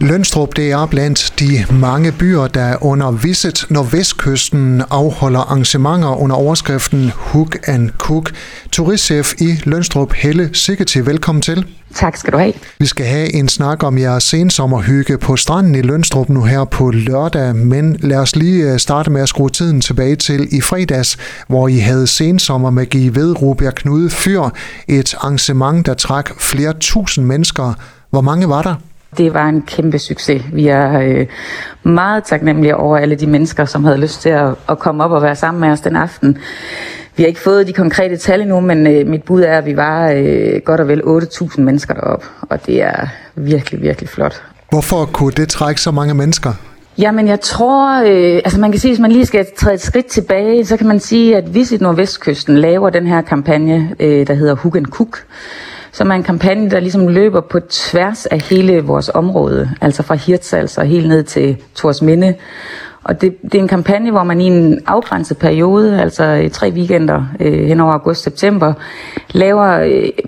Lønstrup, det er blandt de mange byer, der under Visit Nordvestkysten afholder arrangementer under overskriften Hook and Cook. Turistchef i Lønstrup, Helle Sigeti, velkommen til. Tak skal du have. Vi skal have en snak om jeres sensommerhygge på stranden i Lønstrup nu her på lørdag, men lad os lige starte med at skrue tiden tilbage til i fredags, hvor I havde sensommermagi ved Rubjerg Knude Fyr, et arrangement, der trak flere tusind mennesker. Hvor mange var der? Det var en kæmpe succes. Vi er meget taknemmelige over alle de mennesker, som havde lyst til at komme op og være sammen med os den aften. Vi har ikke fået de konkrete tal endnu, men mit bud er, at vi var godt og vel 8.000 mennesker deroppe, og det er virkelig, virkelig flot. Hvorfor kunne det trække så mange mennesker? Jamen jeg tror, man kan sige, hvis man lige skal træde et skridt tilbage, så kan man sige, at Visit Nordvestkysten laver den her kampagne, der hedder Hook and Cook, som er en kampagne, der ligesom løber på tværs af hele vores område, altså fra Hirtshals og helt ned til Thorsminde. Og det er en kampagne, hvor man i en afgrænset periode, altså 3 weekender hen over august-september, laver,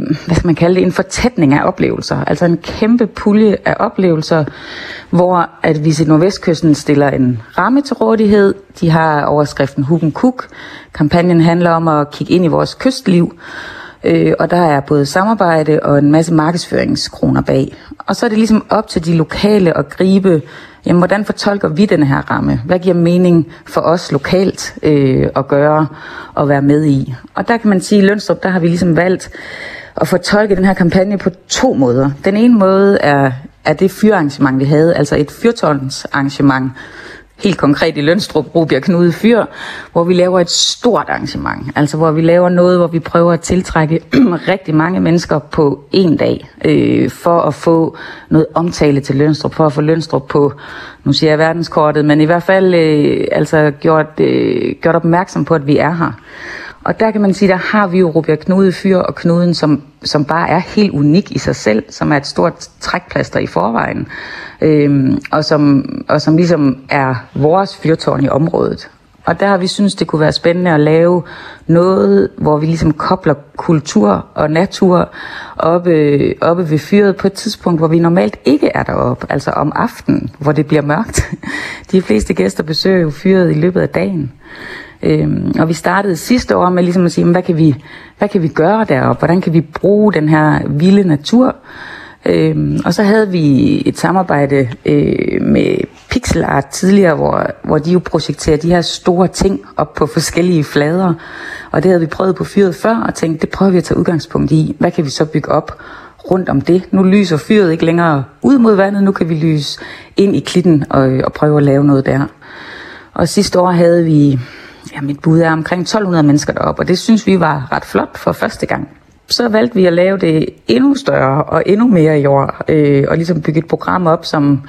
en fortætning af oplevelser. Altså en kæmpe pulje af oplevelser, hvor at Visit Nordvestkysten stiller en ramme til rådighed. De har overskriften Hook and Cook. Kampagnen handler om at kigge ind i vores kystliv. Og der er både samarbejde og en masse markedsføringskroner bag. Og så er det ligesom op til de lokale at gribe, jamen hvordan fortolker vi den her ramme? Hvad giver mening for os lokalt at gøre og være med i? Og der kan man sige, at i Lønstrup, der har vi ligesom valgt at fortolke den her kampagne på 2 måder. Den ene måde er det fyrarrangement, vi havde, altså et fyrtårnsarrangement, helt konkret i Lønstrup, Rubjerg Knude Fyr, hvor vi laver et stort arrangement. Altså hvor vi laver noget, hvor vi prøver at tiltrække rigtig mange mennesker på en dag, for at få noget omtale til Lønstrup, for at få Lønstrup på, nu siger jeg verdenskortet, men i hvert fald gjort opmærksom på, at vi er her. Og der kan man sige, der har vi jo Rubjerg Knude Fyr og Knuden, som bare er helt unik i sig selv, som er et stort trækplaster i forvejen, og som ligesom er vores fyrtårn i området. Og der har vi synes det kunne være spændende at lave noget, hvor vi ligesom kobler kultur og natur oppe ved fyret på et tidspunkt, hvor vi normalt ikke er deroppe, altså om aftenen, hvor det bliver mørkt. De fleste gæster besøger jo fyret i løbet af dagen. Og vi startede sidste år med ligesom at sige, hvad kan vi gøre deroppe? Hvordan kan vi bruge den her vilde natur? Og så havde vi et samarbejde med Pixel Art tidligere, hvor de jo projekterer de her store ting op på forskellige flader. Og det havde vi prøvet på fyret før og tænkte, det prøver vi at tage udgangspunkt i. Hvad kan vi så bygge op rundt om det? Nu lyser fyret ikke længere ud mod vandet, nu kan vi lyse ind i klitten og prøve at lave noget der. Og sidste år havde vi, mit bud er omkring 1200 mennesker deroppe, og det synes vi var ret flot for første gang. Så valgte vi at lave det endnu større og endnu mere i år, og ligesom bygge et program op, som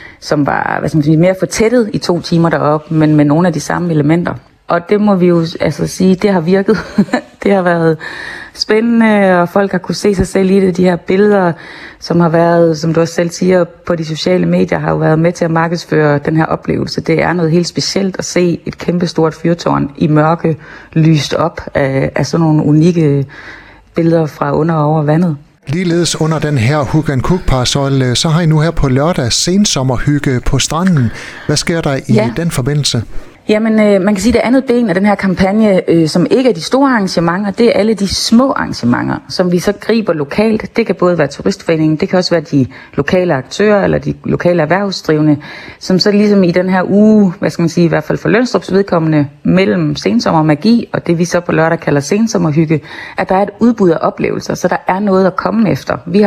var mere fortættet i 2 timer deroppe, men med nogle af de samme elementer. Og det må vi jo sige, det har virket. Det har været spændende, og folk har kunne se sig selv i det. De her billeder, som har været, som du også selv siger, på de sociale medier, har jo været med til at markedsføre den her oplevelse. Det er noget helt specielt at se et kæmpestort fyrtårn i mørke lyst op af sådan nogle unikke billeder fra under og over vandet. Ligeledes under den her Hook and Cook parasol, så har I nu her på lørdag sensommerhygge på stranden. Hvad sker der i den forbindelse? Jamen, man kan sige, at det andet ben af den her kampagne, som ikke er de store arrangementer, det er alle de små arrangementer, som vi så griber lokalt. Det kan både være turistforeningen, det kan også være de lokale aktører eller de lokale erhvervsdrivende, som så ligesom i den her uge, i hvert fald for Lønstrups vedkommende, mellem sensommermagi og det vi så på lørdag kalder sensommerhygge, at der er et udbud af oplevelser, så der er noget at komme efter. Vi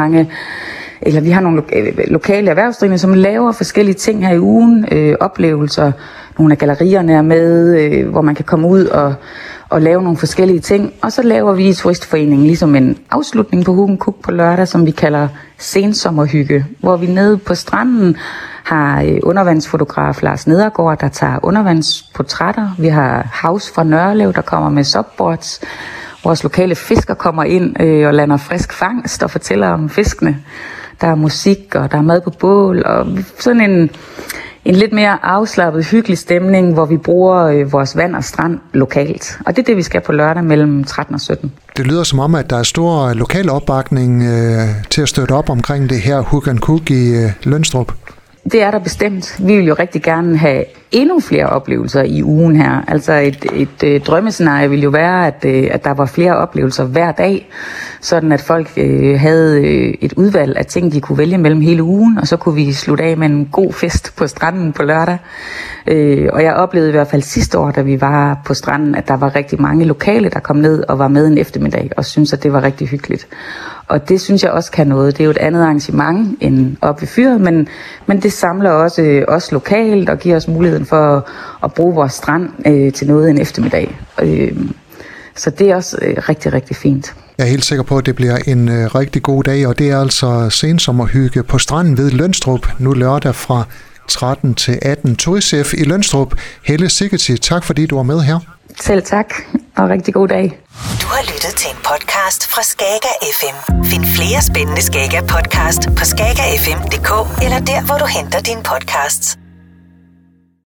har nogle lokale erhvervsdrivende, som laver forskellige ting her i ugen, oplevelser. Nogle af gallerierne er med, hvor man kan komme ud og lave nogle forskellige ting. Og så laver vi i Turistforeningen ligesom en afslutning på Hook and Cook på lørdag, som vi kalder sensommerhygge, hvor vi nede på stranden har undervandsfotograf Lars Nedergaard, der tager undervandsportrætter. Vi har House fra Nørlev, der kommer med subboards. Vores lokale fisker kommer ind og lander frisk fangst og fortæller om fiskene. Der er musik, og der er mad på bål, og sådan en lidt mere afslappet, hyggelig stemning, hvor vi bruger vores vand og strand lokalt. Og det er det, vi skal på lørdag mellem 13 og 17. Det lyder som om, at der er stor lokal opbakning til at støtte op omkring det her Hook and Cook i Lønstrup. Det er der bestemt. Vi vil jo rigtig gerne have endnu flere oplevelser i ugen her. Altså et drømmescenarie ville jo være, at der var flere oplevelser hver dag, sådan at folk havde et udvalg af ting, de kunne vælge mellem hele ugen, og så kunne vi slutte af med en god fest på stranden på lørdag. Og jeg oplevede i hvert fald sidste år, da vi var på stranden, at der var rigtig mange lokale, der kom ned og var med en eftermiddag, og syntes, at det var rigtig hyggeligt. Og det synes jeg også kan noget. Det er jo et andet arrangement end oppe ved fyret, men det samler også os lokalt og giver os muligheden for at bruge vores strand til noget en eftermiddag. Så det er også rigtig, rigtig fint. Jeg er helt sikker på, at det bliver en rigtig god dag, og det er altså sensommerhygge på stranden ved Lønstrup, nu lørdag fra 13 til 18. Turistchef i Lønstrup, Helle Sigeti, tak fordi du var med her. Selv tak, og rigtig god dag. Du har lyttet til en podcast fra Skager FM. Find flere spændende Skager podcast på skagerfm.dk eller der, hvor du henter dine podcasts.